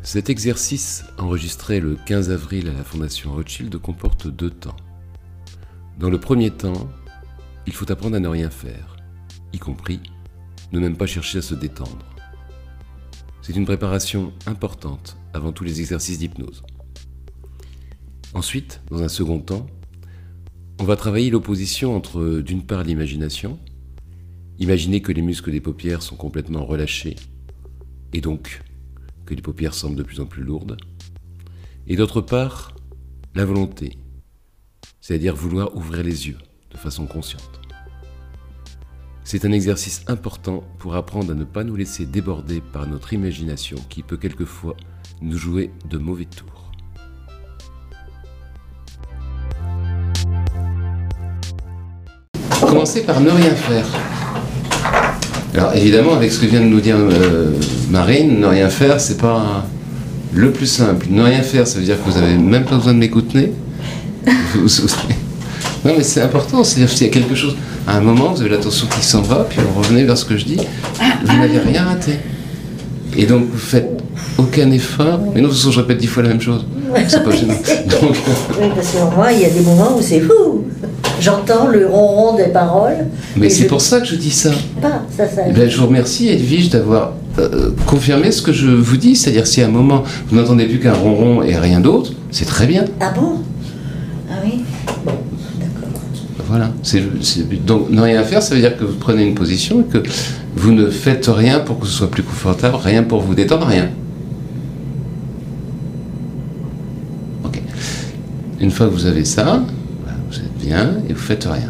Cet exercice, enregistré le 15 avril à la Fondation Rothschild, comporte 2 temps. Dans le premier temps, il faut apprendre à ne rien faire, y compris ne même pas chercher à se détendre. C'est une préparation importante avant tous les exercices d'hypnose. Ensuite, dans un second temps, on va travailler l'opposition entre, d'une part, l'imagination, imaginer que les muscles des paupières sont complètement relâchés, et donc que les paupières semblent de plus en plus lourdes, et d'autre part, la volonté, c'est-à-dire vouloir ouvrir les yeux de façon consciente. C'est un exercice important pour apprendre à ne pas nous laisser déborder par notre imagination qui peut quelquefois nous jouer de mauvais tours. Commencez par ne rien faire. Alors évidemment, avec ce que vient de nous dire Marine, ne rien faire, c'est pas le plus simple. Ne rien faire, ça veut dire que vous n'avez même pas besoin de m'écouter. Non mais c'est important, c'est-à-dire qu'il y a quelque chose, à un moment, vous avez l'attention qui s'en va, puis vous revenez vers ce que je dis, vous n'avez rien raté. Et donc vous faites aucun effort, mais non, de toute façon je répète 10 fois la même chose. C'est pas gênant. Donc... Oui, parce que moi, il y a des moments où c'est fou. J'entends le ronron des paroles. Mais c'est pour ça que je dis ça. Ça. Ben, je vous remercie, Edwige, d'avoir confirmé ce que je vous dis. C'est-à-dire, si à un moment, vous n'entendez plus qu'un ronron et rien d'autre, c'est très bien. Ah bon? Ah oui? Bon, d'accord. Voilà. Donc, ne rien faire, ça veut dire que vous prenez une position et que vous ne faites rien pour que ce soit plus confortable, rien pour vous détendre, rien. Ok. Une fois que vous avez ça, vous êtes bien et vous faites rien.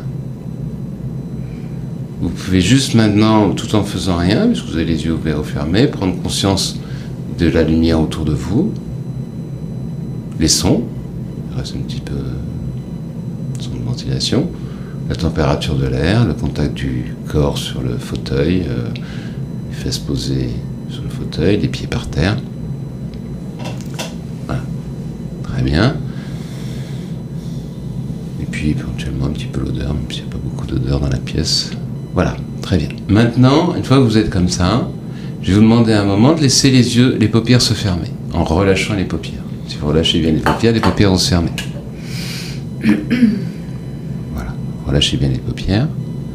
Vous pouvez juste maintenant, tout en faisant rien, puisque vous avez les yeux ouverts ou fermés, prendre conscience de la lumière autour de vous, les sons, il reste un petit peu de son de ventilation, la température de l'air, le contact du corps sur le fauteuil, les fesses posées sur le fauteuil, les pieds par terre. Voilà. Très bien. Et puis éventuellement un petit peu l'odeur, même s'il n'y a pas beaucoup d'odeur dans la pièce. Voilà, très bien. Maintenant, une fois que vous êtes comme ça, je vais vous demander à un moment de laisser les paupières se fermer, en relâchant les paupières. Si vous relâchez bien les paupières vont se fermer. Voilà, relâchez bien les paupières.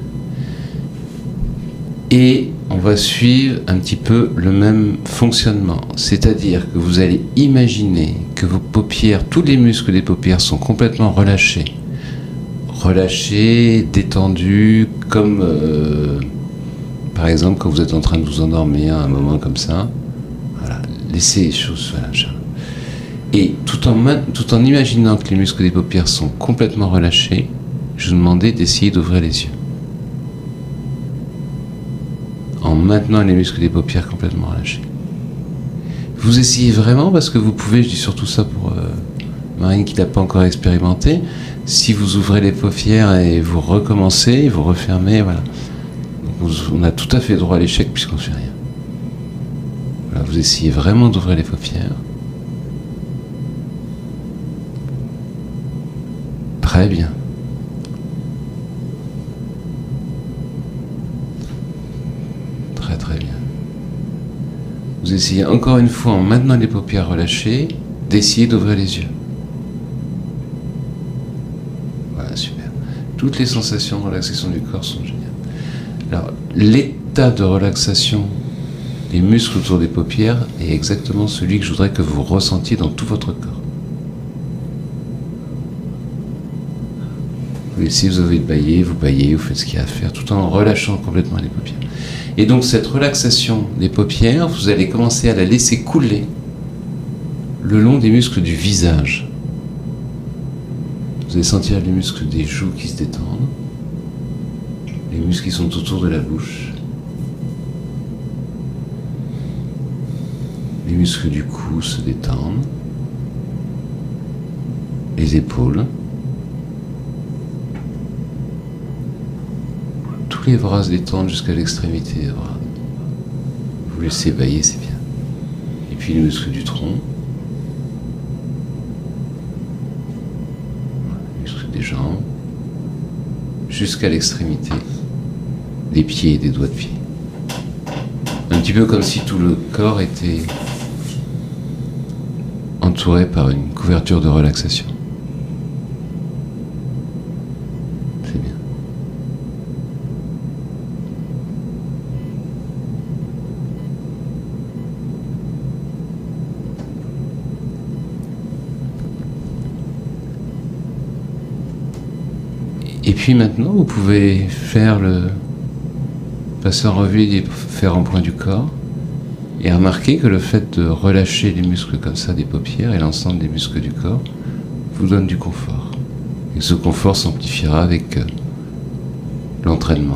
Et on va suivre un petit peu le même fonctionnement. C'est-à-dire que vous allez imaginer que vos paupières, tous les muscles des paupières sont complètement relâchés. Relâchés, détendus, comme par exemple quand vous êtes en train de vous endormir à un moment comme ça. Voilà, laissez les choses. Voilà. Et tout en imaginant que les muscles des paupières sont complètement relâchés, je vous demandais d'essayer d'ouvrir les yeux. En maintenant les muscles des paupières complètement relâchés. Vous essayez vraiment, parce que vous pouvez, je dis surtout ça pour Marine qui n'a pas encore expérimenté, si vous ouvrez les paupières et vous recommencez, vous refermez, voilà. Donc on a tout à fait droit à l'échec puisqu'on ne fait rien. Voilà, vous essayez vraiment d'ouvrir les paupières. Très bien. Très très bien. Vous essayez encore une fois, en maintenant les paupières relâchées, d'essayer d'ouvrir les yeux. Voilà, super. Toutes les sensations de relaxation du corps sont géniales. Alors, l'état de relaxation des muscles autour des paupières est exactement celui que je voudrais que vous ressentiez dans tout votre corps. Si vous avez baillé, vous faites ce qu'il y a à faire, tout en relâchant complètement les paupières. Et donc cette relaxation des paupières, vous allez commencer à la laisser couler le long des muscles du visage. Vous allez sentir les muscles des joues qui se détendent, les muscles qui sont autour de la bouche, les muscles du cou se détendent, les épaules, tous les bras se détendent jusqu'à l'extrémité des bras. Vous laissez bailler, c'est bien. Et puis les muscles du tronc, les muscles des jambes, jusqu'à l'extrémité des pieds et des doigts de pied. Un petit peu comme si tout le corps était entouré par une couverture de relaxation. C'est bien. Et puis maintenant, vous pouvez passer en revue les différents points du corps et remarquer que le fait de relâcher les muscles comme ça des paupières et l'ensemble des muscles du corps vous donne du confort. Et ce confort s'amplifiera avec l'entraînement.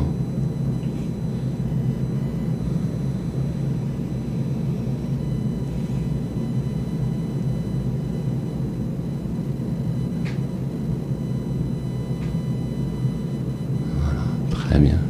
Voilà, très bien.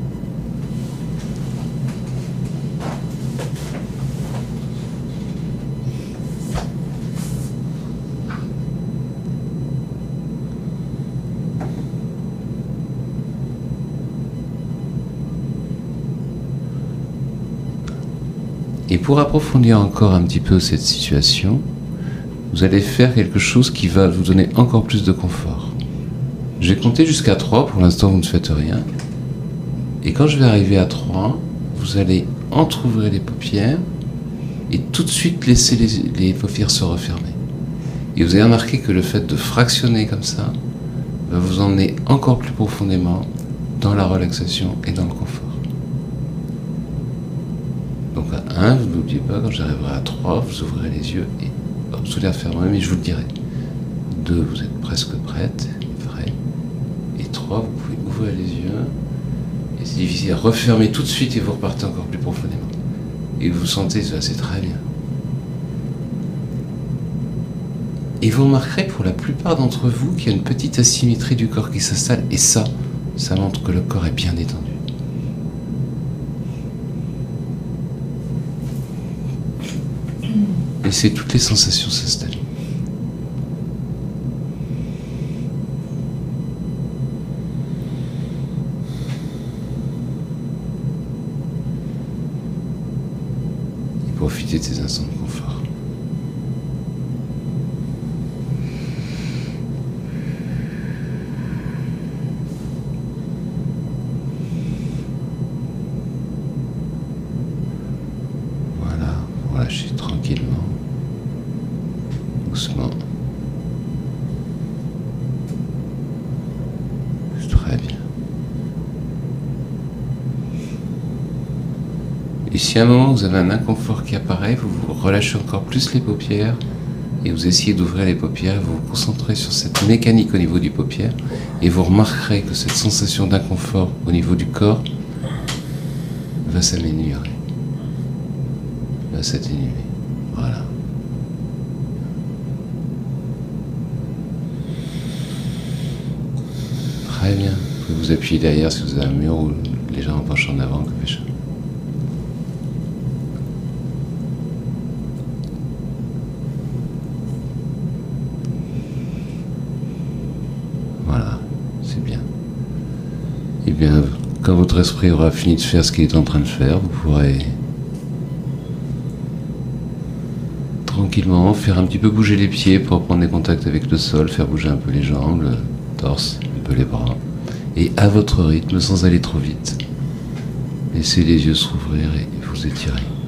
Et pour approfondir encore un petit peu cette situation, vous allez faire quelque chose qui va vous donner encore plus de confort. Je vais compter jusqu'à 3, pour l'instant vous ne faites rien. Et quand je vais arriver à 3, vous allez entrouvrir les paupières et tout de suite laisser les paupières se refermer. Et vous allez remarquer que le fait de fractionner comme ça va vous emmener encore plus profondément dans la relaxation et dans le confort. Donc à 1, vous n'oubliez pas, quand j'arriverai à 3, vous ouvrez les yeux et vous les refermerez, mais je vous le dirai. 2, vous êtes presque prête, prêt. Et 3, vous pouvez ouvrir les yeux. Et c'est difficile, refermer tout de suite et vous repartez encore plus profondément. Et vous sentez, ça c'est très bien. Et vous remarquerez pour la plupart d'entre vous qu'il y a une petite asymétrie du corps qui s'installe. Et ça montre que le corps est bien détendu. Laissez toutes les sensations s'installer. Et profitez de ces instants de confort. Voilà, relâchez tranquillement. Doucement. C'est très bien. Et si à un moment vous avez un inconfort qui apparaît, vous relâchez encore plus les paupières et vous essayez d'ouvrir les paupières, vous vous concentrez sur cette mécanique au niveau du paupière et vous remarquerez que cette sensation d'inconfort au niveau du corps va s'améliorer, va s'atténuer. Voilà. Très bien. Vous pouvez vous appuyer derrière si vous avez un mur ou légèrement penché en avant, comme ça. Voilà, c'est bien. Et bien, quand votre esprit aura fini de faire ce qu'il est en train de faire, vous pourrez tranquillement faire un petit peu bouger les pieds pour prendre des contacts avec le sol, faire bouger un peu les jambes, le torse, un peu les bras. Et à votre rythme, sans aller trop vite, laissez les yeux s'ouvrir et vous étirer.